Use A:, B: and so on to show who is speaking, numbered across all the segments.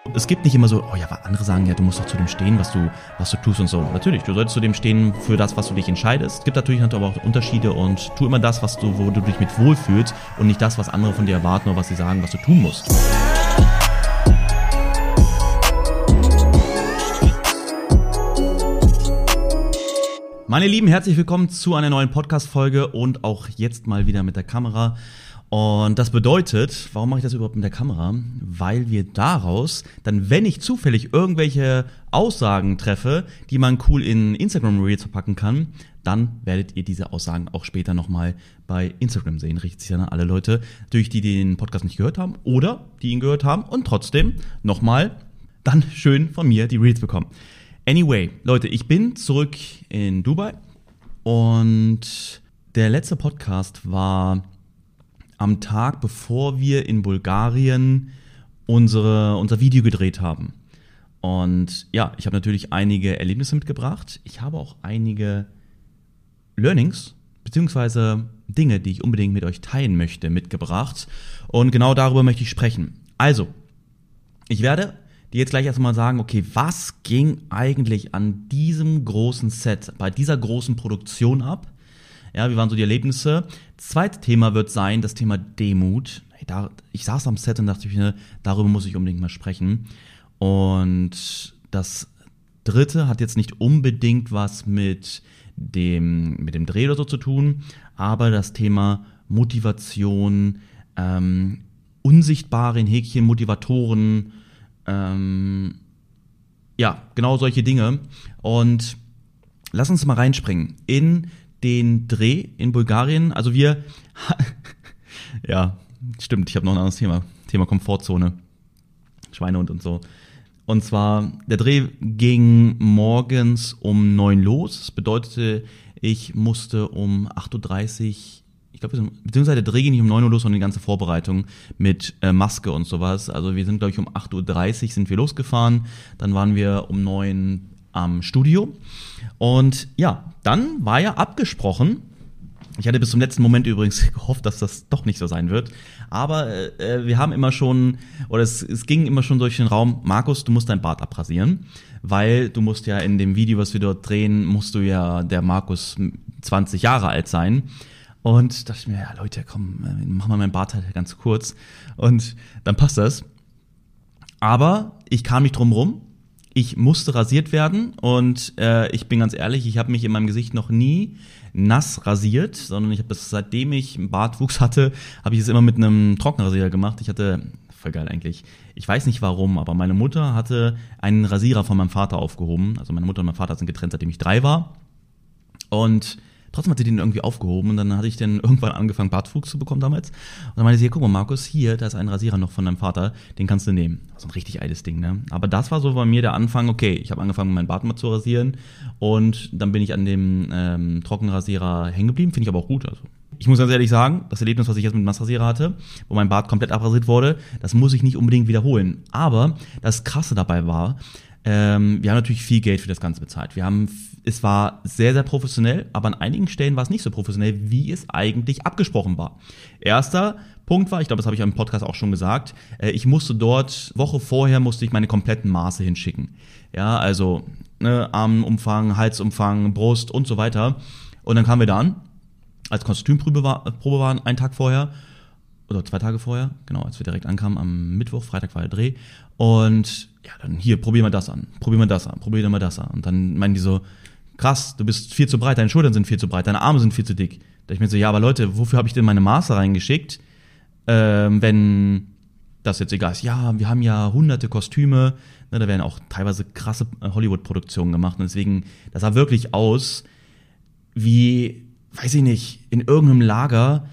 A: Es gibt nicht immer so, oh ja, andere sagen ja, du musst doch zu dem stehen, was du tust und so. Natürlich, du solltest zu dem stehen für das, was du dich entscheidest. Es gibt natürlich aber auch Unterschiede und tu immer das, wo du dich mit wohlfühlst und nicht das, was andere von dir erwarten oder was sie sagen, was du tun musst. Meine Lieben, herzlich willkommen zu einer neuen Podcast-Folge und auch jetzt mal wieder mit der Kamera. Und das bedeutet, warum mache ich das überhaupt mit der Kamera? Weil wir daraus dann, wenn ich zufällig irgendwelche Aussagen treffe, die man cool in Instagram Reels verpacken kann, dann werdet ihr diese Aussagen auch später nochmal bei Instagram sehen. Richtet sich an alle Leute, durch die den Podcast nicht gehört haben oder die ihn gehört haben und trotzdem nochmal dann schön von mir die Reels bekommen. Anyway, Leute, ich bin zurück in Dubai und der letzte Podcast war am Tag, bevor wir in Bulgarien unser Video gedreht haben. Und ja, ich habe natürlich einige Erlebnisse mitgebracht. Ich habe auch einige Learnings, beziehungsweise Dinge, die ich unbedingt mit euch teilen möchte, mitgebracht. Und genau darüber möchte ich sprechen. Also, ich werde dir jetzt gleich erstmal sagen, okay, was ging eigentlich an diesem großen Set, bei dieser großen Produktion ab? Ja, wie waren so die Erlebnisse? Das zweite Thema wird sein, das Thema Demut. Ich saß am Set und dachte mir, darüber muss ich unbedingt mal sprechen. Und das dritte hat jetzt nicht unbedingt was mit dem Dreh oder so zu tun, aber das Thema Motivation, unsichtbare in Häkchen Motivatoren, ja, genau solche Dinge. Und lass uns mal reinspringen in den Dreh in Bulgarien. Also wir, ja, stimmt, ich habe noch ein anderes Thema Komfortzone, Schweinehund und so. Und zwar, der Dreh ging morgens um 9 los. Das bedeutete, ich musste um 8.30 Uhr, ich glaube, beziehungsweise der Dreh ging nicht um 9 Uhr los, sondern die ganze Vorbereitung mit Maske und sowas. Also wir sind, glaube ich, um 8.30 Uhr sind wir losgefahren. Dann waren wir um 9 Uhr am Studio. Und ja, dann war ja abgesprochen. Ich hatte bis zum letzten Moment übrigens gehofft, dass das doch nicht so sein wird. Aber wir haben immer schon, oder es ging immer schon durch den Raum, Markus, du musst dein Bart abrasieren. Weil du musst ja in dem Video, was wir dort drehen, musst du ja der Markus 20 Jahre alt sein. Und dachte ich mir, ja Leute, komm, mach mal meinen Bart halt ganz kurz. Und dann passt das. Aber ich kam nicht drum rum. Ich musste rasiert werden und ich bin ganz ehrlich, ich habe mich in meinem Gesicht noch nie nass rasiert, sondern ich habe das, seitdem ich einen Bartwuchs hatte, habe ich es immer mit einem Trockenrasierer gemacht. Ich hatte, voll geil eigentlich, ich weiß nicht warum, aber meine Mutter hatte einen Rasierer von meinem Vater aufgehoben. Also meine Mutter und mein Vater sind getrennt, seitdem ich 3 war. Und trotzdem hat sie den irgendwie aufgehoben und dann hatte ich dann irgendwann angefangen, Bartwuchs zu bekommen damals. Und dann meinte sie, guck mal Markus, hier, da ist ein Rasierer noch von deinem Vater, den kannst du nehmen. So ein richtig altes Ding, ne? Aber das war so bei mir der Anfang, okay, ich habe angefangen, meinen Bart mal zu rasieren und dann bin ich an dem Trockenrasierer hängen geblieben, finde ich aber auch gut. Also ich muss ganz ehrlich sagen, das Erlebnis, was ich jetzt mit dem Nassrasierer hatte, wo mein Bart komplett abrasiert wurde, das muss ich nicht unbedingt wiederholen. Aber das Krasse dabei war, wir haben natürlich viel Geld für das Ganze bezahlt. Es war sehr, sehr professionell, aber an einigen Stellen war es nicht so professionell, wie es eigentlich abgesprochen war. Erster Punkt war, ich glaube, das habe ich im Podcast auch schon gesagt, ich musste dort, Woche vorher musste ich meine kompletten Maße hinschicken. Ja, also Armumfang, Halsumfang, Brust und so weiter. Und dann kamen wir da an, als Kostümprobe waren, einen Tag vorher, oder 2 Tage vorher, genau, als wir direkt ankamen, am Mittwoch, Freitag war der Dreh. Und ja, dann hier, probier mal das an. Und dann meinen die so, krass, du bist viel zu breit, deine Schultern sind viel zu breit, deine Arme sind viel zu dick. Da ich mir so, ja, aber Leute, wofür habe ich denn meine Maße reingeschickt, wenn das jetzt egal ist? Ja, wir haben ja hunderte Kostüme, ne, da werden auch teilweise krasse Hollywood-Produktionen gemacht und deswegen, das sah wirklich aus wie, weiß ich nicht, in irgendeinem Lager.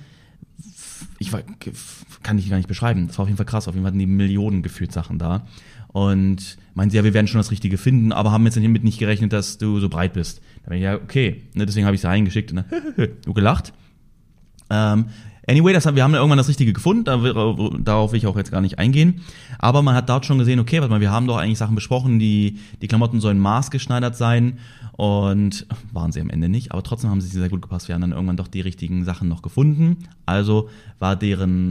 A: Kann ich gar nicht beschreiben. Das war auf jeden Fall krass. Auf jeden Fall hatten die Millionen gefühlt Sachen da. Und meinen sie, ja, wir werden schon das Richtige finden, aber haben jetzt damit nicht gerechnet, dass du so breit bist. Da bin ich, ja, okay. Ne, deswegen habe ich sie reingeschickt und dann du gelacht. Anyway, wir haben irgendwann das Richtige gefunden. Darauf will ich auch jetzt gar nicht eingehen. Aber man hat dort schon gesehen, okay, warte mal, wir haben doch eigentlich Sachen besprochen, die Klamotten sollen maßgeschneidert sein. Und waren sie am Ende nicht, aber trotzdem haben sie sehr gut gepasst. Wir haben dann irgendwann doch die richtigen Sachen noch gefunden. Also war deren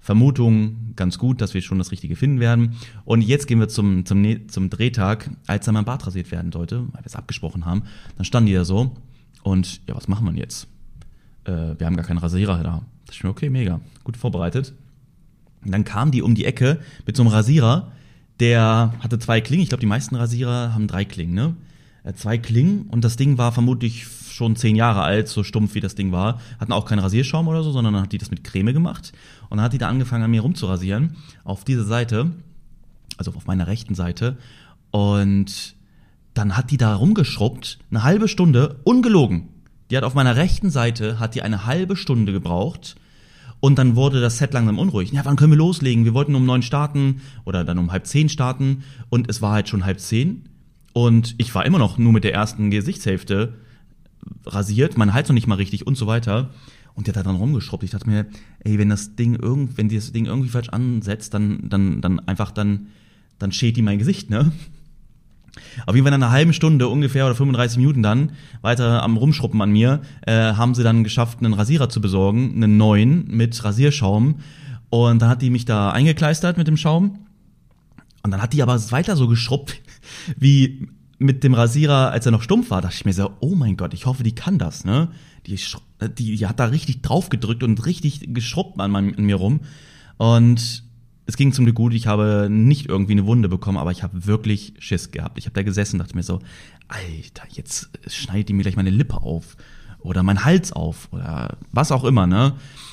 A: Vermutung ganz gut, dass wir schon das Richtige finden werden. Und jetzt gehen wir zum Drehtag, als dann mein Bart rasiert werden sollte, weil wir es abgesprochen haben. Dann standen die da so und ja, was machen wir jetzt? Wir haben gar keinen Rasierer da. Das ist mir okay, mega, gut vorbereitet. Und dann kam die um die Ecke mit so einem Rasierer, der hatte 2 Klingen. Ich glaube, die meisten Rasierer haben 3 Klingen, ne? 2 Klingen und das Ding war vermutlich schon 10 Jahre alt, so stumpf wie das Ding war. Hatten auch keinen Rasierschaum oder so, sondern dann hat die das mit Creme gemacht. Und dann hat die da angefangen, an mir rumzurasieren. Auf diese Seite, also auf meiner rechten Seite. Und dann hat die da rumgeschrubbt, eine halbe Stunde, ungelogen. Die hat auf meiner rechten Seite, hat die eine halbe Stunde gebraucht. Und dann wurde das Set langsam unruhig. Ja, wann können wir loslegen? Wir wollten um 9 starten oder dann um 9:30 starten. Und es war halt schon 9:30. Und ich war immer noch nur mit der ersten Gesichtshälfte rasiert, mein Hals noch nicht mal richtig und so weiter. Und der hat da dann rumgeschrubbt. Ich dachte mir, ey, wenn die das Ding irgendwie falsch ansetzt, dann schält die mein Gesicht, ne? Auf jeden Fall in einer halben Stunde ungefähr oder 35 Minuten dann weiter am Rumschrubben an mir, haben sie dann geschafft, einen Rasierer zu besorgen, einen neuen mit Rasierschaum. Und dann hat die mich da eingekleistert mit dem Schaum. Und dann hat die aber weiter so geschrubbt, wie mit dem Rasierer, als er noch stumpf war. Da dachte ich mir so, oh mein Gott, ich hoffe, die kann das, ne? Die hat da richtig drauf gedrückt und richtig geschrubbt an mir rum. Und es ging zum Glück gut. Ich habe nicht irgendwie eine Wunde bekommen, aber ich habe wirklich Schiss gehabt. Ich habe da gesessen und dachte mir so, Alter, jetzt schneidet die mir gleich meine Lippe auf oder mein Hals auf oder was auch immer, ne?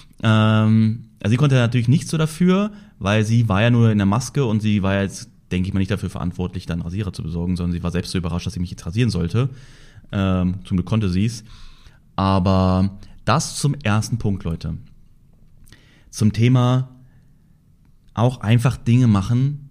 A: Also sie konnte natürlich nichts so dafür, weil sie war ja nur in der Maske und sie war jetzt, denke ich mal, nicht dafür verantwortlich, dann Rasierer zu besorgen, sondern sie war selbst so überrascht, dass sie mich jetzt rasieren sollte. Zum Glück konnte sie es. Aber das zum ersten Punkt, Leute. Zum Thema auch einfach Dinge machen,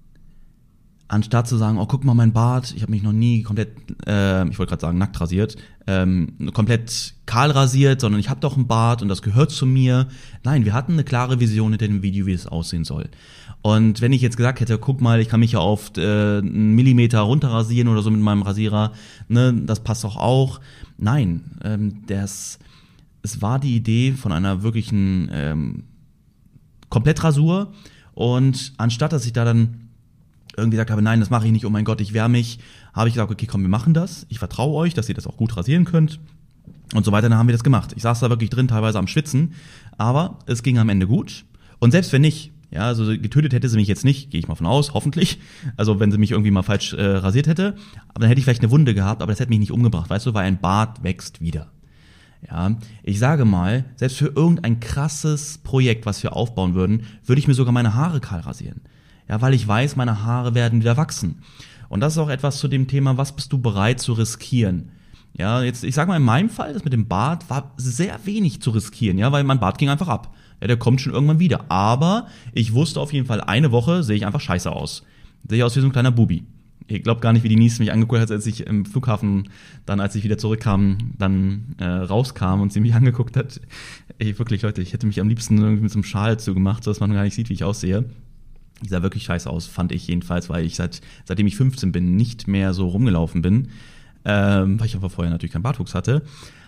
A: anstatt zu sagen, oh, guck mal mein Bart, ich habe mich noch nie komplett, ich wollte gerade sagen nackt rasiert, komplett kahl rasiert, sondern ich habe doch einen Bart und das gehört zu mir. Nein, wir hatten eine klare Vision hinter dem Video, wie es aussehen soll. Und wenn ich jetzt gesagt hätte, guck mal, ich kann mich ja auf einen Millimeter runter rasieren oder so mit meinem Rasierer, ne, das passt doch auch. Nein, es war die Idee von einer wirklichen Komplettrasur. Und anstatt, dass ich da dann irgendwie gesagt habe, nein, das mache ich nicht, oh mein Gott, ich wehre mich, habe ich gesagt, okay, komm, wir machen das. Ich vertraue euch, dass ihr das auch gut rasieren könnt. Und so weiter, dann haben wir das gemacht. Ich saß da wirklich drin, teilweise am Schwitzen. Aber es ging am Ende gut. Und selbst wenn nicht, ja, also getötet hätte sie mich jetzt nicht, gehe ich mal von aus, hoffentlich. Also wenn sie mich irgendwie mal falsch rasiert hätte. Aber dann hätte ich vielleicht eine Wunde gehabt, aber das hätte mich nicht umgebracht, weißt du, weil ein Bart wächst wieder. Ja, ich sage mal, selbst für irgendein krasses Projekt, was wir aufbauen würden, würde ich mir sogar meine Haare kahl rasieren. Ja, weil ich weiß, meine Haare werden wieder wachsen. Und das ist auch etwas zu dem Thema, was bist du bereit zu riskieren? Ja, jetzt, ich sag mal, in meinem Fall, das mit dem Bart war sehr wenig zu riskieren, ja, weil mein Bart ging einfach ab. Ja, der kommt schon irgendwann wieder. Aber ich wusste auf jeden Fall, eine Woche sehe ich einfach scheiße aus. Sehe ich aus wie so ein kleiner Bubi. Ich glaube gar nicht, wie die Nies mich angeguckt hat, als ich im Flughafen dann, als ich wieder zurückkam, dann rauskam und sie mich angeguckt hat. Ey, wirklich, Leute, ich hätte mich am liebsten irgendwie mit so einem Schal zugemacht, sodass man gar nicht sieht, wie ich aussehe. Ich sah wirklich scheiße aus, fand ich jedenfalls, weil ich seitdem ich 15 bin, nicht mehr so rumgelaufen bin, weil ich einfach vorher natürlich keinen Bartwuchs hatte.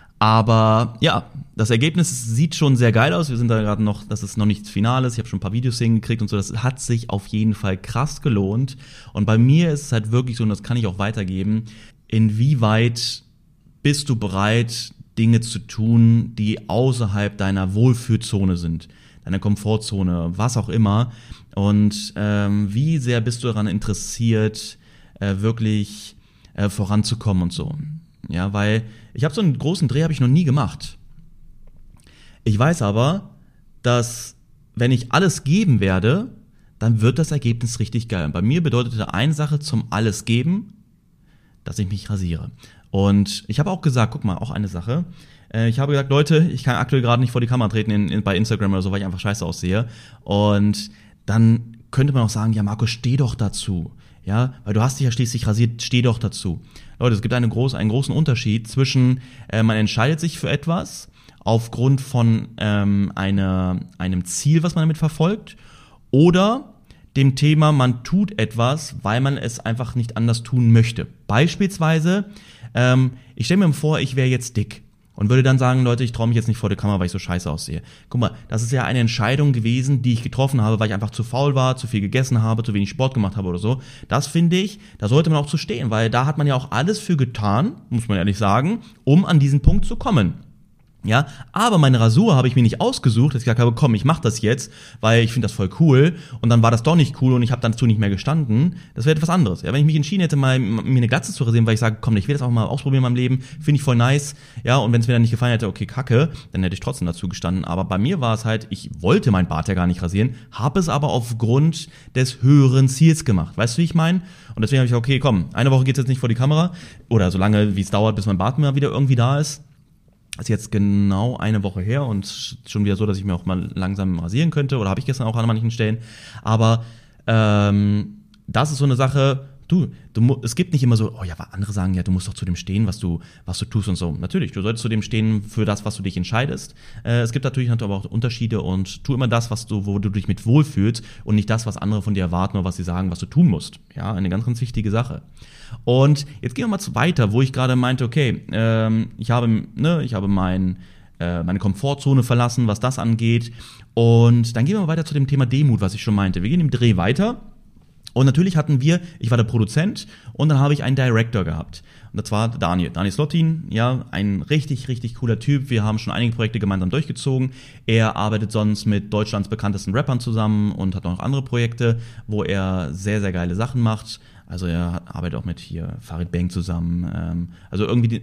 A: Aber ja, das Ergebnis sieht schon sehr geil aus. Wir sind da gerade noch, das ist noch nichts Finales. Ich habe schon ein paar Videos hingekriegt und so. Das hat sich auf jeden Fall krass gelohnt. Und bei mir ist es halt wirklich so, und das kann ich auch weitergeben, inwieweit bist du bereit, Dinge zu tun, die außerhalb deiner Wohlfühlzone sind, deiner Komfortzone, was auch immer. Und wie sehr bist du daran interessiert, wirklich voranzukommen und so. Ja, weil ich habe so einen großen Dreh habe ich noch nie gemacht. Ich weiß aber, dass wenn ich alles geben werde, dann wird das Ergebnis richtig geil. Und bei mir bedeutete eine Sache zum alles geben, dass ich mich rasiere. Und ich habe auch gesagt, guck mal, auch eine Sache. Ich habe gesagt, Leute, ich kann aktuell gerade nicht vor die Kamera treten bei Instagram oder so, weil ich einfach scheiße aussehe. Und dann könnte man auch sagen, ja Marco, steh doch dazu. Ja, weil du hast dich ja schließlich rasiert, steh doch dazu. Leute, es gibt einen großen Unterschied zwischen, man entscheidet sich für etwas aufgrund von einem Ziel, was man damit verfolgt, oder dem Thema, man tut etwas, weil man es einfach nicht anders tun möchte. Beispielsweise, ich stelle mir vor, ich wäre jetzt dick und würde dann sagen, Leute, ich traue mich jetzt nicht vor der Kamera, weil ich so scheiße aussehe. Guck mal, das ist ja eine Entscheidung gewesen, die ich getroffen habe, weil ich einfach zu faul war, zu viel gegessen habe, zu wenig Sport gemacht habe oder so. Das finde ich, da sollte man auch zu stehen, weil da hat man ja auch alles für getan, muss man ehrlich sagen, um an diesen Punkt zu kommen. Ja, aber meine Rasur habe ich mir nicht ausgesucht, dass ich gesagt habe, komm, ich mach das jetzt, weil ich finde das voll cool und dann war das doch nicht cool und ich habe dazu nicht mehr gestanden. Das wäre etwas anderes. Ja, wenn ich mich entschieden hätte, mal mir eine Glatze zu rasieren, weil ich sage, komm, ich will das auch mal ausprobieren in meinem Leben, finde ich voll nice. Ja, und wenn es mir dann nicht gefallen hätte, okay, kacke, dann hätte ich trotzdem dazu gestanden. Aber bei mir war es halt, ich wollte mein Bart ja gar nicht rasieren, habe es aber aufgrund des höheren Ziels gemacht. Weißt du, wie ich meine? Und deswegen habe ich gesagt, okay, komm, eine Woche geht's jetzt nicht vor die Kamera oder so lange, wie es dauert, bis mein Bart mal wieder irgendwie da ist. Ist jetzt genau eine Woche her und schon wieder so, dass ich mir auch mal langsam rasieren könnte. Oder habe ich gestern auch an manchen Stellen. Aber das ist so eine Sache, es gibt nicht immer so, oh ja, aber andere sagen ja, du musst doch zu dem stehen, was du tust und so. Natürlich, du solltest zu dem stehen für das, was du dich entscheidest. Es gibt natürlich aber auch Unterschiede und tu immer das, wo du dich mit wohlfühlst und nicht das, was andere von dir erwarten oder was sie sagen, was du tun musst. Ja, eine ganz, ganz wichtige Sache. Und jetzt gehen wir mal weiter, wo ich gerade meinte, okay, ich habe meine Komfortzone verlassen, was das angeht. Und dann gehen wir mal weiter zu dem Thema Demut, was ich schon meinte. Wir gehen im Dreh weiter. Und natürlich ich war der Produzent und dann habe ich einen Director gehabt. Und das war Daniel Slotin, ja, ein richtig, richtig cooler Typ. Wir haben schon einige Projekte gemeinsam durchgezogen. Er arbeitet sonst mit Deutschlands bekanntesten Rappern zusammen und hat auch noch andere Projekte, wo er sehr, sehr geile Sachen macht. Also er arbeitet auch mit hier Farid Bang zusammen, also irgendwie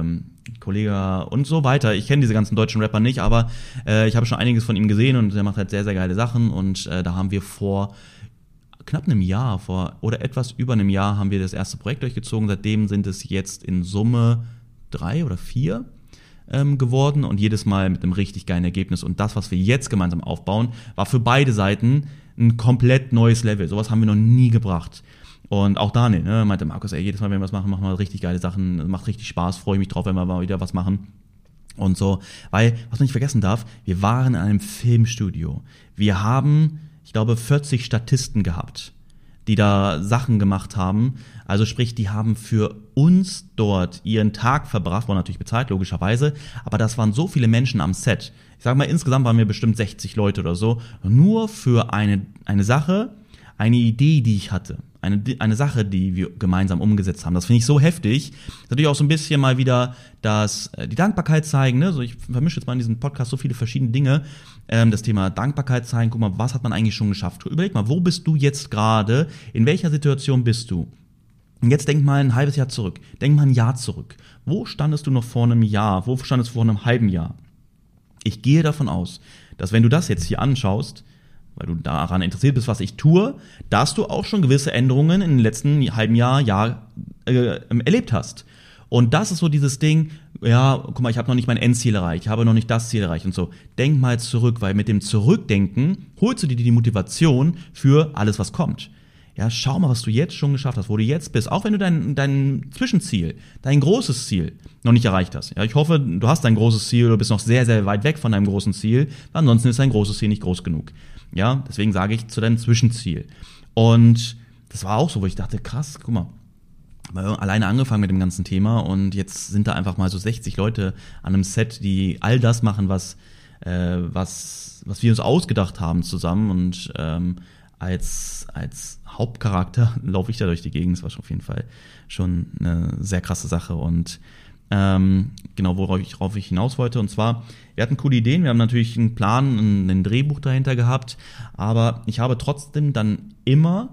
A: Kollege und so weiter. Ich kenne diese ganzen deutschen Rapper nicht, aber ich habe schon einiges von ihm gesehen und er macht halt sehr, sehr geile Sachen. Und da haben wir vor knapp einem Jahr, oder etwas über einem Jahr haben wir das erste Projekt durchgezogen. Seitdem sind es jetzt in Summe 3 oder 4 geworden und jedes Mal mit einem richtig geilen Ergebnis. Und das, was wir jetzt gemeinsam aufbauen, war für beide Seiten ein komplett neues Level. Sowas haben wir noch nie gebracht. Und auch Daniel, meinte Markus, jedes Mal, wenn wir was machen, machen wir richtig geile Sachen, macht richtig Spaß, freue ich mich drauf, wenn wir mal wieder was machen. Und so, weil, was man nicht vergessen darf, wir waren in einem Filmstudio. Wir haben, ich glaube, 40 Statisten gehabt, die da Sachen gemacht haben. Also sprich, die haben für uns dort ihren Tag verbracht, wurden natürlich bezahlt, logischerweise, aber das waren so viele Menschen am Set. Ich sag mal, insgesamt waren wir bestimmt 60 Leute oder so, nur für eine Sache, eine Idee, die ich hatte. Eine Sache, die wir gemeinsam umgesetzt haben. Das finde ich so heftig. Das ist natürlich auch so ein bisschen mal wieder die Dankbarkeit zeigen. Ne? So, ich vermische jetzt mal in diesem Podcast so viele verschiedene Dinge. Das Thema Dankbarkeit zeigen. Guck mal, was hat man eigentlich schon geschafft? Überleg mal, wo bist du jetzt gerade? In welcher Situation bist du? Und jetzt denk mal ein halbes Jahr zurück. Denk mal ein Jahr zurück. Wo standest du noch vor einem Jahr? Wo standest du vor einem halben Jahr? Ich gehe davon aus, dass wenn du das jetzt hier anschaust, weil du daran interessiert bist, was ich tue, dass du auch schon gewisse Änderungen in den letzten halben Jahr erlebt hast. Und das ist so dieses Ding, ja, guck mal, ich habe noch nicht mein Endziel erreicht, ich habe noch nicht das Ziel erreicht und so. Denk mal zurück, weil mit dem Zurückdenken holst du dir die Motivation für alles, was kommt. Ja, schau mal, was du jetzt schon geschafft hast, wo du jetzt bist, auch wenn du dein Zwischenziel, dein großes Ziel noch nicht erreicht hast. Ja, ich hoffe, du hast dein großes Ziel oder bist noch sehr, sehr weit weg von deinem großen Ziel, weil ansonsten ist dein großes Ziel nicht groß genug. Ja, deswegen sage ich zu deinem Zwischenziel. Und das war auch so, wo ich dachte, krass, guck mal, alleine angefangen mit dem ganzen Thema und jetzt sind da einfach mal so 60 Leute an einem Set, die all das machen, was wir uns ausgedacht haben zusammen und als Hauptcharakter laufe ich da durch die Gegend. Das war schon auf jeden Fall schon eine sehr krasse Sache und genau, worauf ich hinaus wollte. Und zwar, wir hatten coole Ideen, wir haben natürlich einen Plan, ein Drehbuch dahinter gehabt, aber ich habe trotzdem dann immer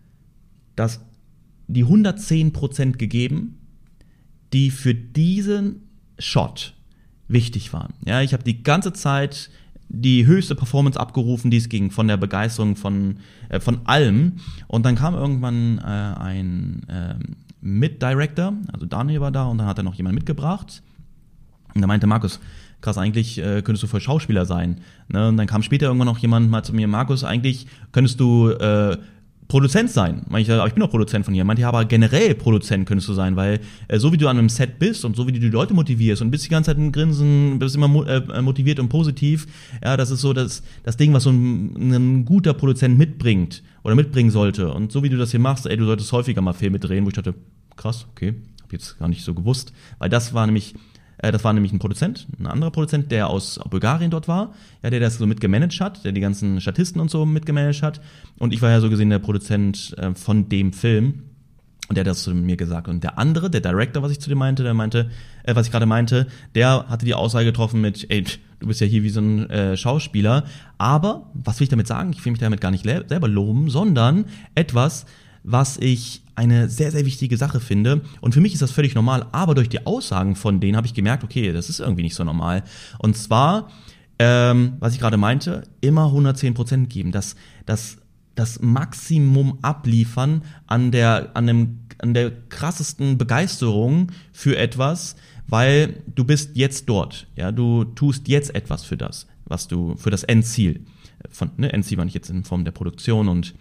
A: die 110% gegeben, die für diesen Shot wichtig waren. Ja, ich habe die ganze Zeit die höchste Performance abgerufen, die es ging, von der Begeisterung von allem. Und dann kam irgendwann ein Mit-Director, also Daniel war da und dann hat er noch jemand mitgebracht. Und da meinte Markus, krass, eigentlich könntest du voll Schauspieler sein. Ne? Und dann kam später irgendwann noch jemand mal zu mir, Markus, eigentlich könntest du Produzent sein. Aber ich bin doch Produzent von hier. Meinte, ja, aber generell Produzent könntest du sein, weil so wie du an einem Set bist und so wie du die Leute motivierst und bist die ganze Zeit ein Grinsen, bist immer motiviert und positiv, ja, das ist so das Ding, was so ein guter Produzent mitbringt oder mitbringen sollte. Und so wie du das hier machst, du solltest häufiger mal Filme drehen, wo ich dachte, krass, okay, hab jetzt gar nicht so gewusst, weil das war nämlich Das war nämlich ein anderer Produzent, der aus Bulgarien dort war, ja, der das so mitgemanagt hat, der die ganzen Statisten und so mitgemanagt hat. Und ich war ja so gesehen der Produzent von dem Film. Und der hat das zu mir gesagt. Und der andere, der Director, was ich zu dem meinte, was ich gerade meinte, der hatte die Aussage getroffen mit, ey, du bist ja hier wie so ein Schauspieler. Aber, was will ich damit sagen? Ich will mich damit gar nicht selber loben, sondern etwas, was ich eine sehr, sehr wichtige Sache finde. Und für mich ist das völlig normal. Aber durch die Aussagen von denen habe ich gemerkt, okay, das ist irgendwie nicht so normal. Und zwar, was ich gerade meinte, immer 110% geben. Das Maximum abliefern an der krassesten Begeisterung für etwas, weil du bist jetzt dort, ja, du tust jetzt etwas für das, für das Endziel. Endziel war nicht jetzt in Form der Produktion und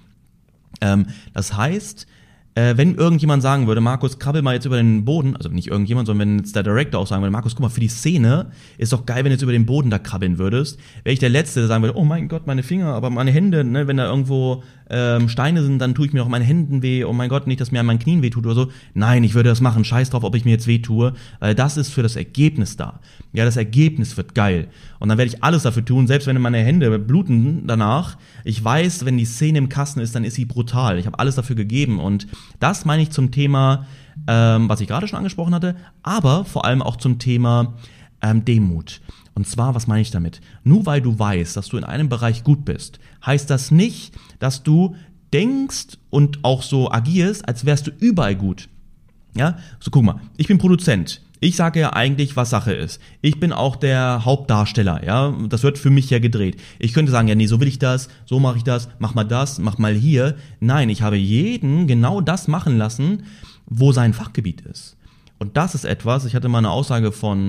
A: das heißt, wenn irgendjemand sagen würde, Markus, krabbel mal jetzt über den Boden, also nicht irgendjemand, sondern wenn jetzt der Director auch sagen würde, Markus, guck mal, für die Szene ist doch geil, wenn du jetzt über den Boden da krabbeln würdest, wäre ich der Letzte, der sagen würde, oh mein Gott, meine Finger, aber meine Hände, ne, wenn da irgendwo Steine sind, dann tue ich mir auch meine Händen weh, oh mein Gott, nicht, dass mir an meinen Knien weh tut oder so. Nein, ich würde das machen, scheiß drauf, ob ich mir jetzt weh tue, weil das ist für das Ergebnis da. Ja, das Ergebnis wird geil. Und dann werde ich alles dafür tun, selbst wenn meine Hände bluten danach. Ich weiß, wenn die Szene im Kasten ist, dann ist sie brutal. Ich habe alles dafür gegeben und das meine ich zum Thema, was ich gerade schon angesprochen hatte, aber vor allem auch zum Thema Demut. Und zwar, was meine ich damit? Nur weil du weißt, dass du in einem Bereich gut bist, heißt das nicht, dass du denkst und auch so agierst, als wärst du überall gut. Ja, so guck mal, ich bin Produzent. Ich sage ja eigentlich, was Sache ist. Ich bin auch der Hauptdarsteller, ja. Das wird für mich ja gedreht. Ich könnte sagen, ja, nee, so will ich das, so mache ich das, mach mal hier. Nein, ich habe jeden genau das machen lassen, wo sein Fachgebiet ist. Und das ist etwas, ich hatte mal eine Aussage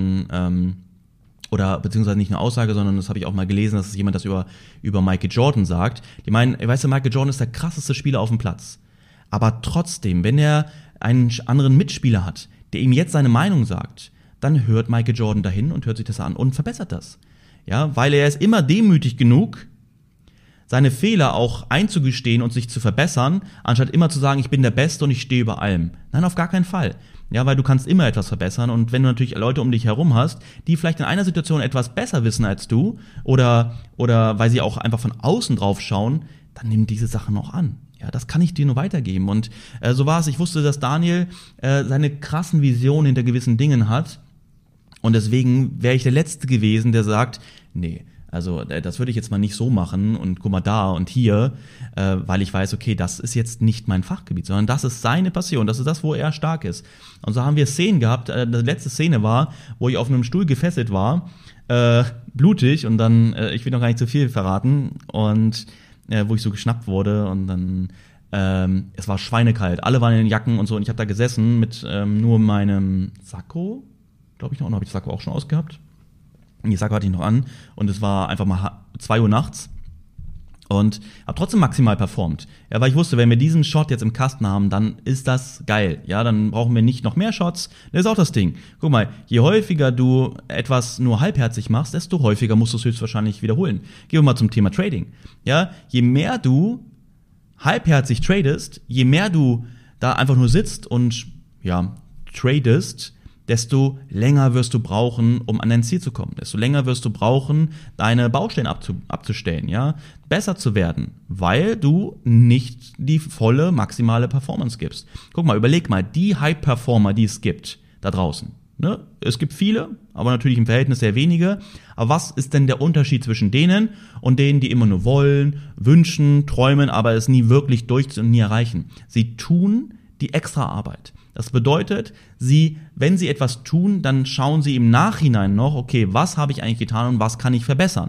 A: von, oder beziehungsweise nicht eine Aussage, sondern das habe ich auch mal gelesen, dass jemand das über Michael Jordan sagt. Die meinen, weißt du, Michael Jordan ist der krasseste Spieler auf dem Platz. Aber trotzdem, wenn er einen anderen Mitspieler hat, der ihm jetzt seine Meinung sagt, dann hört Michael Jordan dahin und hört sich das an und verbessert das. Ja, weil er ist immer demütig genug, seine Fehler auch einzugestehen und sich zu verbessern, anstatt immer zu sagen, ich bin der Beste und ich stehe über allem. Nein, auf gar keinen Fall. Ja, weil du kannst immer etwas verbessern und wenn du natürlich Leute um dich herum hast, die vielleicht in einer Situation etwas besser wissen als du oder weil sie auch einfach von außen drauf schauen, dann nimm diese Sachen auch an. Ja, das kann ich dir nur weitergeben. Und so war es, ich wusste, dass Daniel seine krassen Visionen hinter gewissen Dingen hat und deswegen wäre ich der Letzte gewesen, der sagt, nee, also das würde ich jetzt mal nicht so machen und guck mal da und hier, weil ich weiß, okay, das ist jetzt nicht mein Fachgebiet, sondern das ist seine Passion, das ist das, wo er stark ist. Und so haben wir Szenen gehabt, die letzte Szene war, wo ich auf einem Stuhl gefesselt war, blutig und dann, ich will noch gar nicht zu viel verraten und wo ich so geschnappt wurde und dann es war schweinekalt, alle waren in den Jacken und so und ich habe da gesessen mit nur meinem Sakko, glaube ich noch, und habe ich das Sakko auch schon ausgehabt. Die Sakko hatte ich noch an und es war einfach mal 2 Uhr nachts und habe trotzdem maximal performt. Ja, weil ich wusste, wenn wir diesen Shot jetzt im Kasten haben, dann ist das geil. Ja, dann brauchen wir nicht noch mehr Shots. Das ist auch das Ding. Guck mal, je häufiger du etwas nur halbherzig machst, desto häufiger musst du es höchstwahrscheinlich wiederholen. Gehen wir mal zum Thema Trading. Ja, je mehr du halbherzig tradest, je mehr du da einfach nur sitzt und ja, tradest, desto länger wirst du brauchen, um an dein Ziel zu kommen. Desto länger wirst du brauchen, deine Baustellen abzustellen, ja, besser zu werden, weil du nicht die volle, maximale Performance gibst. Guck mal, überleg mal, die High-Performer, die es gibt da draußen, ne? Es gibt viele, aber natürlich im Verhältnis sehr wenige. Aber was ist denn der Unterschied zwischen denen und denen, die immer nur wollen, wünschen, träumen, aber es nie wirklich durchziehen und nie erreichen? Sie tun die extra Arbeit. Das bedeutet, wenn sie etwas tun, dann schauen sie im Nachhinein noch, okay, was habe ich eigentlich getan und was kann ich verbessern?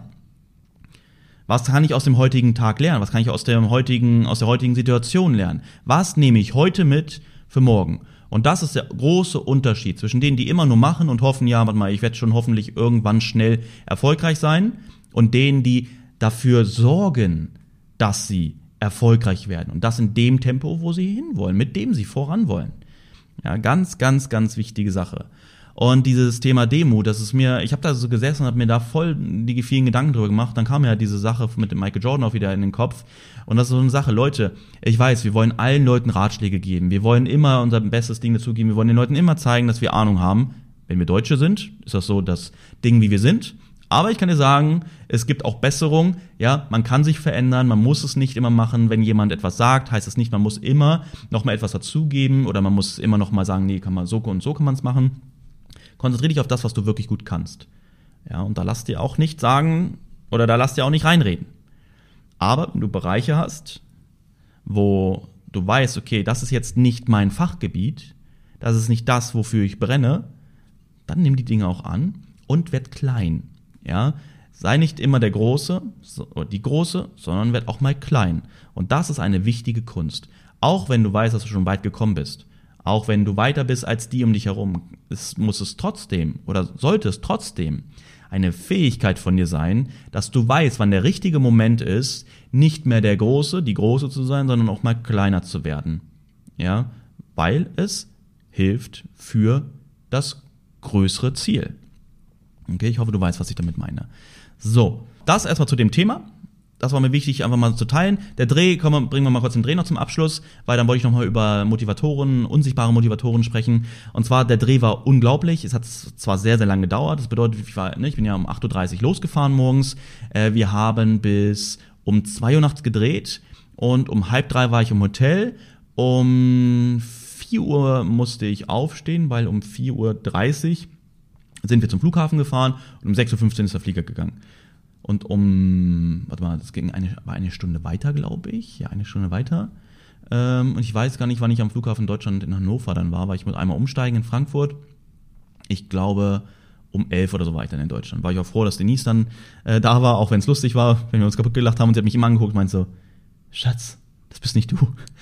A: Was kann ich aus dem heutigen Tag lernen? Was kann ich aus der heutigen Situation lernen? Was nehme ich heute mit für morgen? Und das ist der große Unterschied zwischen denen, die immer nur machen und hoffen, ja, warte mal, ich werde schon hoffentlich irgendwann schnell erfolgreich sein, und denen, die dafür sorgen, dass sie erfolgreich werden. Und das in dem Tempo, wo sie hinwollen, mit dem sie voran wollen. Ja, ganz, ganz, ganz wichtige Sache. Und dieses Thema Demut, ich habe da so gesessen und habe mir da voll die vielen Gedanken drüber gemacht. Dann kam ja diese Sache mit dem Michael Jordan auch wieder in den Kopf. Und das ist so eine Sache, Leute, ich weiß, wir wollen allen Leuten Ratschläge geben. Wir wollen immer unser bestes Ding dazu geben. Wir wollen den Leuten immer zeigen, dass wir Ahnung haben. Wenn wir Deutsche sind, ist das so das Ding, wie wir sind. Aber ich kann dir sagen, es gibt auch Besserung. Ja, man kann sich verändern, man muss es nicht immer machen. Wenn jemand etwas sagt, heißt es nicht, man muss immer noch mal etwas dazugeben oder man muss immer noch mal sagen, nee, kann man so und so kann man es machen. Konzentriere dich auf das, was du wirklich gut kannst. Ja, und da lass dir auch nicht sagen oder da lass dir auch nicht reinreden. Aber wenn du Bereiche hast, wo du weißt, okay, das ist jetzt nicht mein Fachgebiet, das ist nicht das, wofür ich brenne, dann nimm die Dinge auch an und werd klein. Ja, sei nicht immer der Große oder die Große, sondern werd auch mal klein. Und das ist eine wichtige Kunst. Auch wenn du weißt, dass du schon weit gekommen bist. Auch wenn du weiter bist als die um dich herum. Muss es trotzdem oder sollte es trotzdem eine Fähigkeit von dir sein, dass du weißt, wann der richtige Moment ist, nicht mehr der Große, die Große zu sein, sondern auch mal kleiner zu werden. Ja, weil es hilft für das größere Ziel. Okay, ich hoffe, du weißt, was ich damit meine. So, das erstmal zu dem Thema. Das war mir wichtig, einfach mal zu teilen. Der Dreh, bringen wir mal kurz den Dreh noch zum Abschluss, weil dann wollte ich nochmal über Motivatoren, unsichtbare Motivatoren sprechen. Und zwar, der Dreh war unglaublich. Es hat zwar sehr, sehr lange gedauert. Das bedeutet, ich bin ja um 8.30 Uhr losgefahren morgens. Wir haben bis um 2 Uhr nachts gedreht und um 2:30 war ich im Hotel. Um 4 Uhr musste ich aufstehen, weil um 4:30 Uhr sind wir zum Flughafen gefahren und um 6:15 Uhr ist der Flieger gegangen. Und das war eine Stunde weiter, glaube ich. Ja, eine Stunde weiter. Und ich weiß gar nicht, wann ich am Flughafen Deutschland in Hannover dann war, weil ich muss einmal umsteigen in Frankfurt. Ich glaube, um 11 oder so war ich dann in Deutschland. War ich auch froh, dass Denise dann da war, auch wenn es lustig war, wenn wir uns kaputt gelacht haben und sie hat mich immer angeguckt und meinte so, Schatz, das bist nicht du.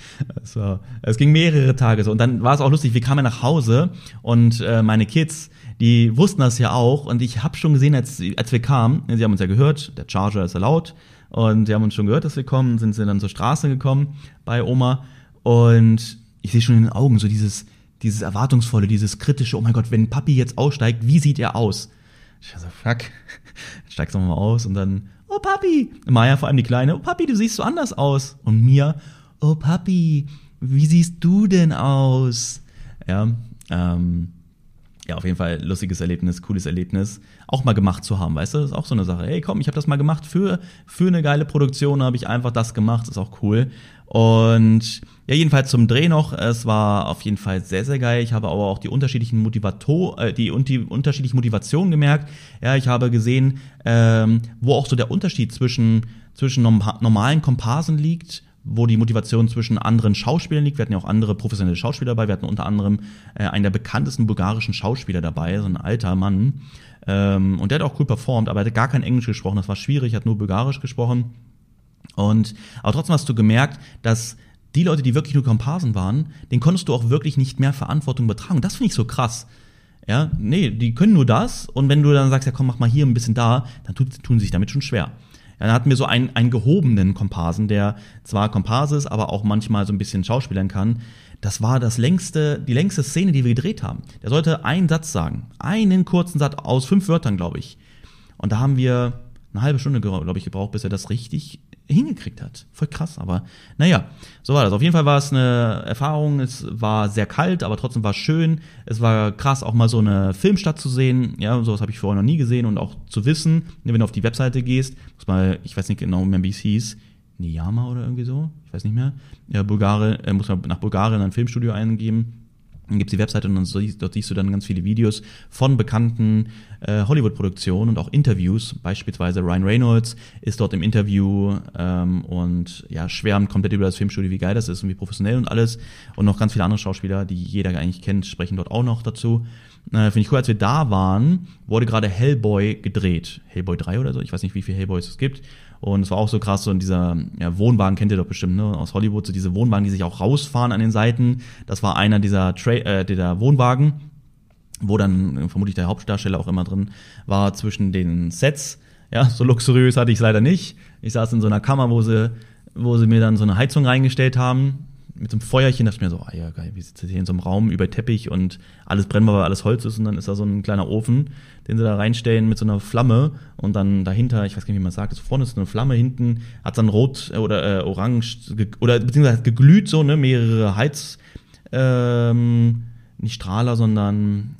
A: Es ging mehrere Tage so. Und dann war es auch lustig, wir kamen nach Hause und meine Kids, die wussten das ja auch. Und ich habe schon gesehen, als wir kamen, sie haben uns ja gehört, der Charger ist ja laut. Und die haben uns schon gehört, dass wir kommen, sind sie dann zur Straße gekommen bei Oma. Und ich sehe schon in den Augen so dieses Erwartungsvolle, dieses kritische, oh mein Gott, wenn Papi jetzt aussteigt, wie sieht er aus? Ich war so, fuck, steigst du mal aus und dann, oh Papi, Maya vor allem die Kleine, oh Papi, du siehst so anders aus. Und Mia, oh Papi, wie siehst du denn aus? Ja, auf jeden Fall lustiges Erlebnis, cooles Erlebnis, auch mal gemacht zu haben, weißt du, das ist auch so eine Sache. Hey, komm, ich habe das mal gemacht für eine geile Produktion, habe ich einfach das gemacht, ist auch cool. Und ja, jedenfalls zum Dreh noch, es war auf jeden Fall sehr, sehr geil. Ich habe aber auch die unterschiedlichen unterschiedlichen Motivationen gemerkt. Ja, ich habe gesehen, wo auch so der Unterschied zwischen normalen Komparsen liegt, wo die Motivation zwischen anderen Schauspielern liegt. Wir hatten ja auch andere professionelle Schauspieler dabei. Wir hatten unter anderem einen der bekanntesten bulgarischen Schauspieler dabei, so ein alter Mann. Und der hat auch cool performt, aber er hat gar kein Englisch gesprochen. Das war schwierig, hat nur bulgarisch gesprochen. Aber trotzdem hast du gemerkt, dass die Leute, die wirklich nur Komparsen waren, denen konntest du auch wirklich nicht mehr Verantwortung übertragen. Und das finde ich so krass. Ja, nee, die können nur das. Und wenn du dann sagst, ja komm, mach mal hier ein bisschen da, dann tun sie sich damit schon schwer. Ja, dann hatten wir so einen gehobenen Komparsen, der zwar Komparse ist, aber auch manchmal so ein bisschen schauspielern kann. Das war die längste Szene, die wir gedreht haben. Der sollte einen Satz sagen. Einen kurzen Satz aus 5 Wörtern, glaube ich. Und da haben wir eine halbe Stunde, glaube ich, gebraucht, bis er das richtig hingekriegt hat. Voll krass, aber naja, so war das. Auf jeden Fall war es eine Erfahrung, es war sehr kalt, aber trotzdem war es schön. Es war krass, auch mal so eine Filmstadt zu sehen. Ja, sowas habe ich vorher noch nie gesehen und auch zu wissen, wenn du auf die Webseite gehst, ich weiß nicht genau mehr, wie es hieß, Niyama oder irgendwie so, ich weiß nicht mehr. Ja, muss man nach Bulgarien ein Filmstudio eingeben. Dann gibt's die Webseite und dort siehst du dann ganz viele Videos von bekannten Hollywood-Produktionen und auch Interviews. Beispielsweise Ryan Reynolds ist dort im Interview und ja, schwärmt komplett über das Filmstudio, wie geil das ist und wie professionell und alles. Und noch ganz viele andere Schauspieler, die jeder eigentlich kennt, sprechen dort auch noch dazu. Finde ich cool, als wir da waren, wurde gerade Hellboy gedreht. Hellboy 3 oder so, ich weiß nicht, wie viele Hellboys es gibt. Und es war auch so krass, so in dieser Wohnwagen, kennt ihr doch bestimmt, ne, aus Hollywood, so diese Wohnwagen, die sich auch rausfahren an den Seiten. Das war einer dieser Wohnwagen, wo dann vermutlich der Hauptdarsteller auch immer drin war zwischen den Sets. Ja, so luxuriös hatte ich es leider nicht. Ich saß in so einer Kammer, wo sie mir dann so eine Heizung reingestellt haben. Mit so einem Feuerchen, dachte ich mir so, ja geil, wie sitzt hier in so einem Raum über Teppich und alles brennbar, weil alles Holz ist und dann ist da so ein kleiner Ofen, den sie da reinstellen mit so einer Flamme und dann dahinter, ich weiß gar nicht, wie man sagt, vorne ist eine Flamme, hinten hat dann rot oder orange oder beziehungsweise geglüht so, ne, mehrere nicht Strahler, sondern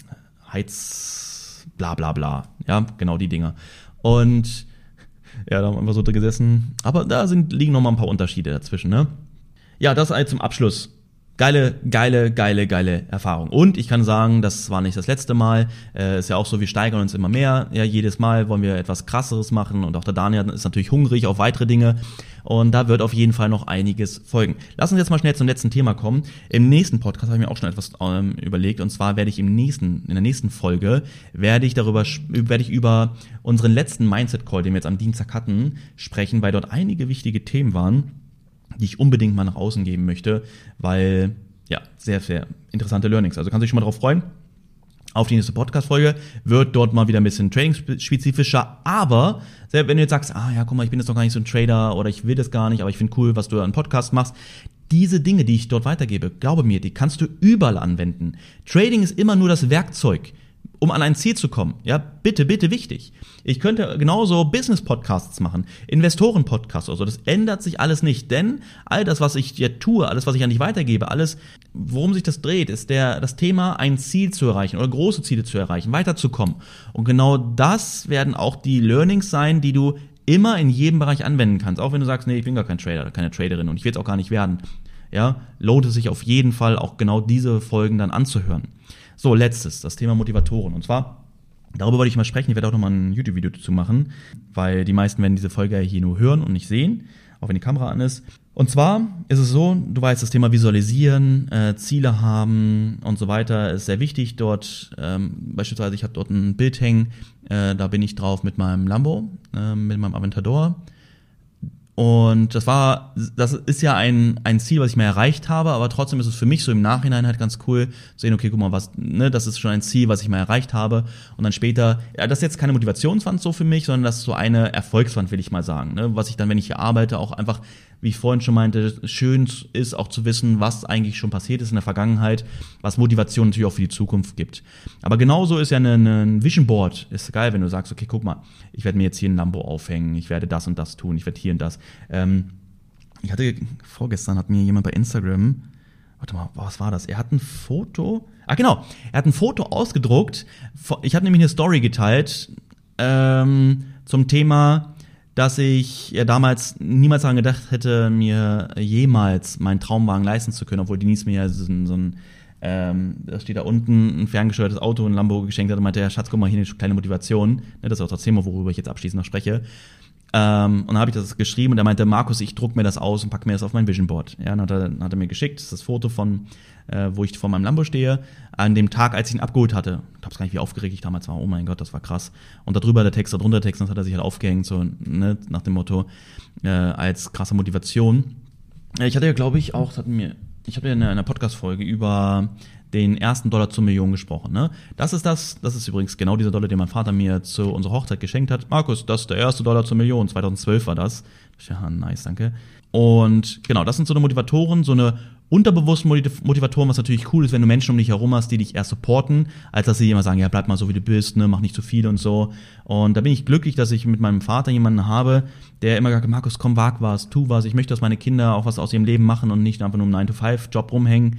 A: bla bla bla. Ja, genau die Dinger. Und ja, da haben wir einfach so drin gesessen. Aber da liegen noch mal ein paar Unterschiede dazwischen, ne? Ja, das zum Abschluss. Geile Erfahrung. Und ich kann sagen, das war nicht das letzte Mal. Ist ja auch so, wir steigern uns immer mehr. Ja, jedes Mal wollen wir etwas Krasseres machen. Und auch der Daniel ist natürlich hungrig auf weitere Dinge. Und da wird auf jeden Fall noch einiges folgen. Lass uns jetzt mal schnell zum letzten Thema kommen. Im nächsten Podcast habe ich mir auch schon etwas überlegt. Und zwar werde ich in der nächsten Folge, werde ich über unseren letzten Mindset-Call, den wir jetzt am Dienstag hatten, sprechen, weil dort einige wichtige Themen waren, die ich unbedingt mal nach außen geben möchte, weil, ja, sehr, sehr interessante Learnings. Also kannst du dich schon mal drauf freuen. Auf die nächste Podcast-Folge wird dort mal wieder ein bisschen trading-spezifischer, aber selbst wenn du jetzt sagst, ja, guck mal, ich bin jetzt noch gar nicht so ein Trader oder ich will das gar nicht, aber ich finde cool, was du an Podcast machst, diese Dinge, die ich dort weitergebe, glaube mir, die kannst du überall anwenden. Trading ist immer nur das Werkzeug, um an ein Ziel zu kommen. Ja, bitte wichtig. Ich könnte genauso Business-Podcasts machen, Investoren-Podcasts oder so. Das ändert sich alles nicht, denn all das, was ich dir tue, alles, was ich an dich weitergebe, alles, worum sich das dreht, ist das Thema, ein Ziel zu erreichen oder große Ziele zu erreichen, weiterzukommen. Und genau das werden auch die Learnings sein, die du immer in jedem Bereich anwenden kannst. Auch wenn du sagst, nee, ich bin gar kein Trader, keine Traderin und ich will es auch gar nicht werden. Ja, lohnt es sich auf jeden Fall auch genau diese Folgen dann anzuhören. So, letztes, das Thema Motivatoren. Und zwar, darüber wollte ich mal sprechen, ich werde auch nochmal ein YouTube-Video dazu machen, weil die meisten werden diese Folge ja hier nur hören und nicht sehen, auch wenn die Kamera an ist. Und zwar ist es so, du weißt, das Thema Visualisieren, Ziele haben und so weiter ist sehr wichtig. Dort, beispielsweise, ich habe dort ein Bild hängen, da bin ich drauf mit meinem Lambo, mit meinem Aventador. Und das ist ja ein Ziel, was ich mir erreicht habe, aber trotzdem ist es für mich so im Nachhinein halt ganz cool zu sehen, okay, guck mal, das ist schon ein Ziel, was ich mal erreicht habe. Und dann später, ja, das ist jetzt keine Motivationswand so für mich, sondern das ist so eine Erfolgswand, will ich mal sagen, ne? Was ich dann, wenn ich hier arbeite, auch einfach, wie ich vorhin schon meinte, schön ist auch zu wissen, was eigentlich schon passiert ist in der Vergangenheit, was Motivation natürlich auch für die Zukunft gibt. Aber genauso ist ja ein Vision Board, ist geil, wenn du sagst, okay, guck mal, ich werde mir jetzt hier ein Lambo aufhängen, ich werde das und das tun, ich werde hier und das. Vorgestern hat mir jemand bei Instagram, warte mal, was war das? Er hat ein Foto ausgedruckt, ich habe nämlich eine Story geteilt, zum Thema, dass ich ja damals niemals daran gedacht hätte, mir jemals meinen Traumwagen leisten zu können, obwohl Denise mir ja da steht da unten, ein ferngesteuertes Auto, ein Lambo geschenkt hat und meinte, ja, Schatz, guck mal, hier eine kleine Motivation. Das ist auch das Thema, worüber ich jetzt abschließend noch spreche. Und dann habe ich das geschrieben und er meinte, Markus, ich druck mir das aus und pack mir das auf mein Vision Board. Ja, dann hat er mir geschickt, das ist das Foto von, wo ich vor meinem Lambo stehe, an dem Tag, als ich ihn abgeholt hatte. Ich hab's gar nicht, wie aufgeregt ich damals war. Oh mein Gott, das war krass. Und darüber der Text, darunter der Text, das hat er sich halt aufgehängt, so, ne, nach dem Motto, als krasse Motivation. Ich hatte ja, glaube ich, auch, ich habe ja in einer Podcast-Folge über den ersten $1 zur Million gesprochen, ne? Das ist übrigens genau dieser Dollar, den mein Vater mir zu unserer Hochzeit geschenkt hat. Markus, das ist der erste $1 zur Million, 2012 war das. Ja, nice, danke. Und genau, das sind so eine Motivatoren, so eine unterbewussten Motivatoren, was natürlich cool ist, wenn du Menschen um dich herum hast, die dich eher supporten, als dass sie immer sagen, ja, bleib mal so, wie du bist, ne, mach nicht zu viel und so. Und da bin ich glücklich, dass ich mit meinem Vater jemanden habe, der immer sagt, Markus, komm, wag was, tu was, ich möchte, dass meine Kinder auch was aus ihrem Leben machen und nicht einfach nur im 9-to-5-Job rumhängen.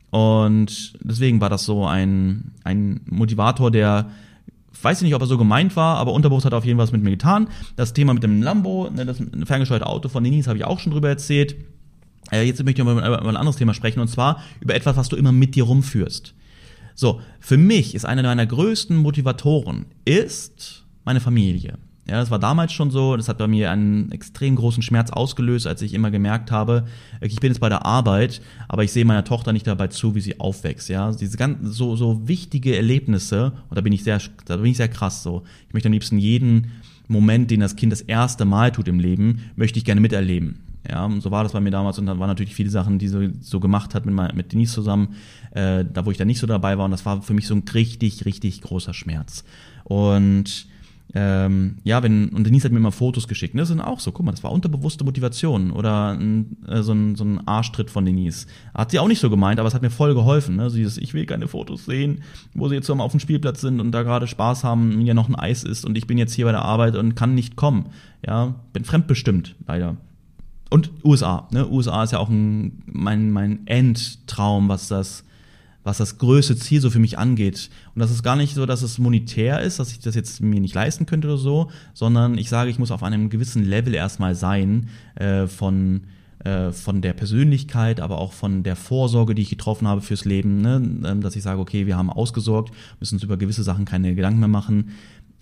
A: Und deswegen war das so ein Motivator, der, weiß ich nicht, ob er so gemeint war, aber unterbewusst hat er auf jeden Fall was mit mir getan. Das Thema mit dem Lambo, ne, das ferngesteuerte Auto von Denise, habe ich auch schon drüber erzählt. Jetzt möchte ich über ein anderes Thema sprechen, und zwar über etwas, was du immer mit dir rumführst. So, für mich ist einer meiner größten Motivatoren ist meine Familie. Ja, das war damals schon so, das hat bei mir einen extrem großen Schmerz ausgelöst, als ich immer gemerkt habe, ich bin jetzt bei der Arbeit, aber ich sehe meiner Tochter nicht dabei zu, wie sie aufwächst. Ja, diese ganz so wichtige Erlebnisse, und da bin ich sehr krass so. Ich möchte am liebsten jeden Moment, den das Kind das erste Mal tut im Leben, möchte ich gerne miterleben. Ja, und so war das bei mir damals, und dann waren natürlich viele Sachen, die so gemacht hat mit Denise zusammen, da wo ich dann nicht so dabei war, und das war für mich so ein richtig, richtig großer Schmerz. Und und Denise hat mir immer Fotos geschickt, ne? Das sind auch so, guck mal, das war unterbewusste Motivation oder so ein Arschtritt von Denise. Hat sie auch nicht so gemeint, aber es hat mir voll geholfen, ne? Ich will keine Fotos sehen, wo sie jetzt so auf dem Spielplatz sind und da gerade Spaß haben, ja noch ein Eis ist und ich bin jetzt hier bei der Arbeit und kann nicht kommen. Ja, bin fremdbestimmt, leider. Und USA, ne? USA ist ja auch mein Endtraum, was was das größte Ziel so für mich angeht. Und das ist gar nicht so, dass es monetär ist, dass ich das jetzt mir nicht leisten könnte oder so, sondern ich sage, ich muss auf einem gewissen Level erstmal sein, von der Persönlichkeit, aber auch von der Vorsorge, die ich getroffen habe fürs Leben, ne? Dass ich sage, okay, wir haben ausgesorgt, müssen uns über gewisse Sachen keine Gedanken mehr machen.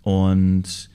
A: Und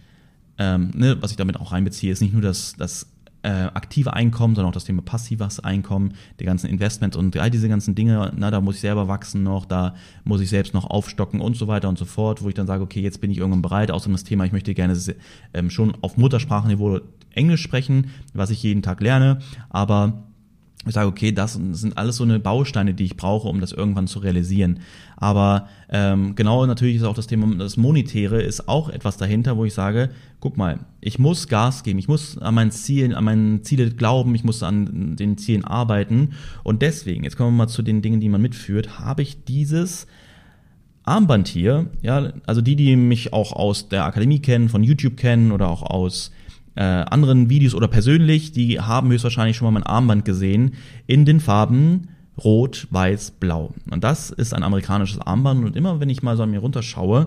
A: was ich damit auch reinbeziehe, ist nicht nur das aktive Einkommen, sondern auch das Thema passives Einkommen, die ganzen Investments und all diese ganzen Dinge, da muss ich selber wachsen noch, da muss ich selbst noch aufstocken und so weiter und so fort, wo ich dann sage, okay, jetzt bin ich irgendwann bereit, außerdem das Thema, ich möchte gerne schon auf Muttersprachenniveau Englisch sprechen, was ich jeden Tag lerne, aber ich sage, okay, das sind alles so eine Bausteine, die ich brauche, um das irgendwann zu realisieren. Aber genau, natürlich ist auch das Thema, das Monetäre ist auch etwas dahinter, wo ich sage, guck mal, ich muss Gas geben, ich muss an meine Ziele glauben, ich muss an den Zielen arbeiten. Und deswegen, jetzt kommen wir mal zu den Dingen, die man mitführt, habe ich dieses Armband hier, ja, also die mich auch aus der Akademie kennen, von YouTube kennen oder auch aus anderen Videos oder persönlich, die haben höchstwahrscheinlich schon mal mein Armband gesehen in den Farben Rot, Weiß, Blau. Und das ist ein amerikanisches Armband und immer wenn ich mal so an mir runterschaue,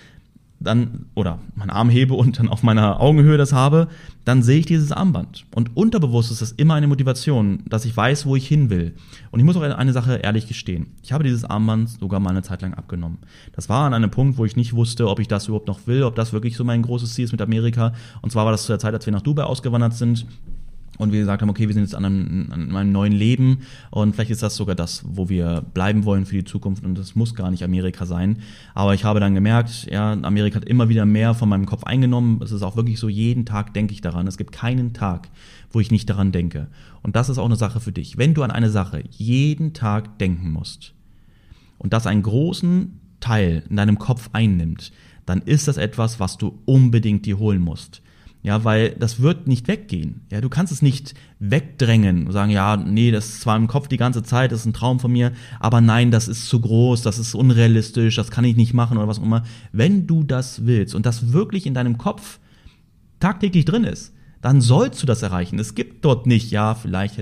A: dann, oder meinen Arm hebe und dann auf meiner Augenhöhe das habe, dann sehe ich dieses Armband. Und unterbewusst ist das immer eine Motivation, dass ich weiß, wo ich hin will. Und ich muss auch eine Sache ehrlich gestehen. Ich habe dieses Armband sogar mal eine Zeit lang abgenommen. Das war an einem Punkt, wo ich nicht wusste, ob ich das überhaupt noch will, ob das wirklich so mein großes Ziel ist mit Amerika. Und zwar war das zu der Zeit, als wir nach Dubai ausgewandert sind. Und wir gesagt haben, okay, wir sind jetzt an einem neuen Leben und vielleicht ist das sogar das, wo wir bleiben wollen für die Zukunft und das muss gar nicht Amerika sein. Aber ich habe dann gemerkt, ja, Amerika hat immer wieder mehr von meinem Kopf eingenommen. Es ist auch wirklich so, jeden Tag denke ich daran. Es gibt keinen Tag, wo ich nicht daran denke. Und das ist auch eine Sache für dich. Wenn du an eine Sache jeden Tag denken musst und das einen großen Teil in deinem Kopf einnimmt, dann ist das etwas, was du unbedingt dir holen musst. Ja, weil das wird nicht weggehen. Ja, du kannst es nicht wegdrängen und sagen, ja, nee, das ist zwar im Kopf die ganze Zeit, das ist ein Traum von mir, aber nein, das ist zu groß, das ist unrealistisch, das kann ich nicht machen oder was auch immer. Wenn du das willst und das wirklich in deinem Kopf tagtäglich drin ist, dann sollst du das erreichen. Es gibt dort nicht, ja, vielleicht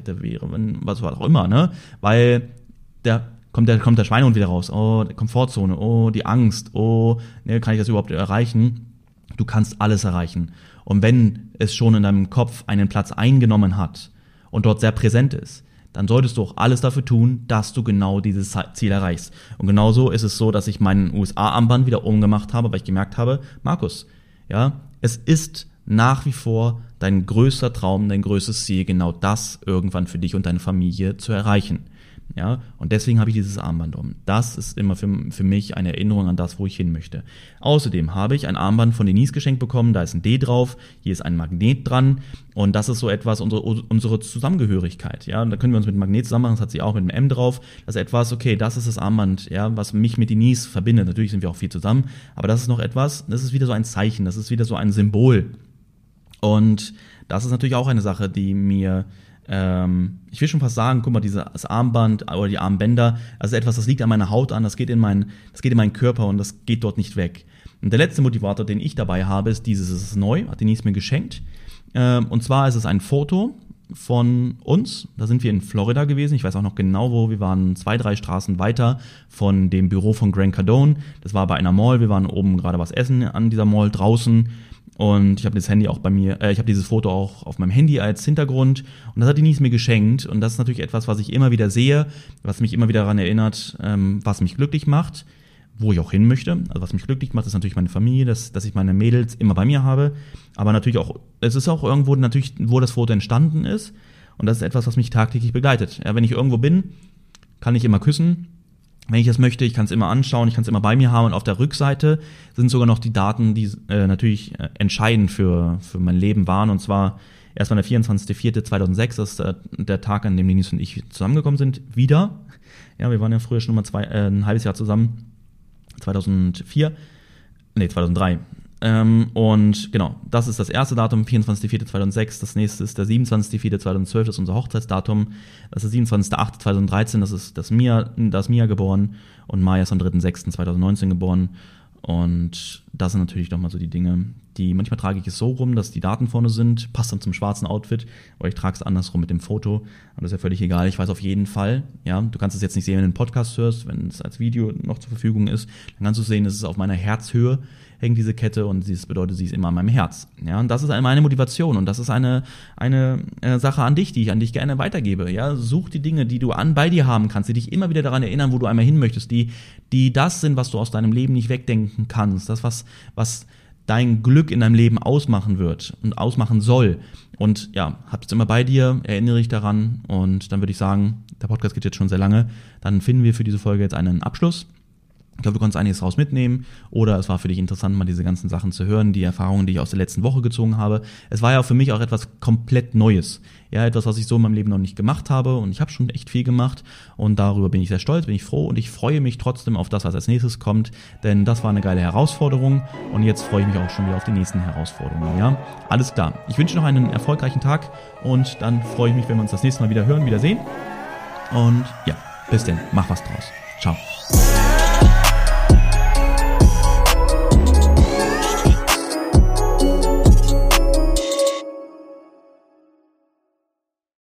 A: was auch immer, ne? Weil kommt der Schweinehund wieder raus, oh, die Komfortzone, oh, die Angst, oh, ne, kann ich das überhaupt erreichen? Du kannst alles erreichen. Und wenn es schon in deinem Kopf einen Platz eingenommen hat und dort sehr präsent ist, dann solltest du auch alles dafür tun, dass du genau dieses Ziel erreichst. Und genauso ist es so, dass ich meinen USA-Armband wieder umgemacht habe, weil ich gemerkt habe, Markus, ja, es ist nach wie vor dein größter Traum, dein größtes Ziel, genau das irgendwann für dich und deine Familie zu erreichen. Ja, und deswegen habe ich dieses Armband um. Das ist immer für mich eine Erinnerung an das, wo ich hin möchte. Außerdem habe ich ein Armband von Denise geschenkt bekommen, da ist ein D drauf, hier ist ein Magnet dran und das ist so etwas, unsere Zusammengehörigkeit. Ja, da können wir uns mit dem Magnet zusammen machen, das hat sie auch mit dem M drauf. Das ist etwas, okay, das ist das Armband, ja, was mich mit Denise verbindet. Natürlich sind wir auch viel zusammen, aber das ist noch etwas, das ist wieder so ein Zeichen, das ist wieder so ein Symbol. Und das ist natürlich auch eine Sache, die mir ich will schon fast sagen, guck mal, das Armband oder die Armbänder, also etwas, das liegt an meiner Haut an, das geht in meinen Körper und das geht dort nicht weg. Und der letzte Motivator, den ich dabei habe, ist dieses, es ist neu, hat Denise mir geschenkt. Und zwar ist es ein Foto von uns, da sind wir in Florida gewesen, ich weiß auch noch genau wo, wir waren 2-3 Straßen weiter von dem Büro von Grant Cardone, das war bei einer Mall, wir waren oben gerade was essen an dieser Mall draußen. Und ich habe das Handy auch bei mir, ich habe dieses Foto auch auf meinem Handy als Hintergrund und das hat Denise mir geschenkt und das ist natürlich etwas, was ich immer wieder sehe, was mich immer wieder daran erinnert, was mich glücklich macht, wo ich auch hin möchte. Also was mich glücklich macht, ist natürlich meine Familie, dass ich meine Mädels immer bei mir habe, aber natürlich auch, es ist auch irgendwo natürlich, wo das Foto entstanden ist und das ist etwas, was mich tagtäglich begleitet. Ja, wenn ich irgendwo bin, kann ich immer küssen. Wenn ich das möchte, ich kann es immer anschauen, ich kann es immer bei mir haben und auf der Rückseite sind sogar noch die Daten, die natürlich entscheidend für mein Leben waren und zwar erstmal der 24.04.2006, das ist der Tag, an dem Denise und ich zusammengekommen sind, wieder. Ja, wir waren ja früher schon mal ein halbes Jahr zusammen, 2003. Und genau, das ist das erste Datum, 24.04.2006. Das nächste ist der 27.04.2012, das ist unser Hochzeitsdatum. Das ist der 27.08.2013, das ist das Mia geboren. Und Maya ist am 3.06.2019 geboren. Und das sind natürlich nochmal so die Dinge, Manchmal trage ich es so rum, dass die Daten vorne sind, passt dann zum schwarzen Outfit, oder ich trage es andersrum mit dem Foto. Und das ist ja völlig egal. Ich weiß auf jeden Fall, ja, du kannst es jetzt nicht sehen, wenn du einen Podcast hörst, wenn es als Video noch zur Verfügung ist, dann kannst du sehen, es ist auf meiner Herzhöhe, hängt diese Kette, und das bedeutet, sie ist immer an meinem Herz. Ja, und das ist meine Motivation, und das ist eine Sache an dich, die ich an dich gerne weitergebe. Ja, such die Dinge, die du bei dir haben kannst, die dich immer wieder daran erinnern, wo du einmal hin möchtest, die das sind, was du aus deinem Leben nicht wegdenken kannst, das, was dein Glück in deinem Leben ausmachen wird und ausmachen soll. Und ja, hab's immer bei dir, erinnere dich daran, und dann würde ich sagen, der Podcast geht jetzt schon sehr lange, dann finden wir für diese Folge jetzt einen Abschluss. Ich glaube, du konntest einiges raus mitnehmen, oder es war für dich interessant, mal diese ganzen Sachen zu hören, die Erfahrungen, die ich aus der letzten Woche gezogen habe. Es war ja auch für mich auch etwas komplett Neues. Ja, etwas, was ich so in meinem Leben noch nicht gemacht habe, und ich habe schon echt viel gemacht, und darüber bin ich sehr stolz, bin ich froh, und ich freue mich trotzdem auf das, was als nächstes kommt, denn das war eine geile Herausforderung, und jetzt freue ich mich auch schon wieder auf die nächsten Herausforderungen. Ja, alles klar. Ich wünsche noch einen erfolgreichen Tag, und dann freue ich mich, wenn wir uns das nächste Mal wieder hören, wieder sehen. Und ja, bis denn, mach was draus. Ciao.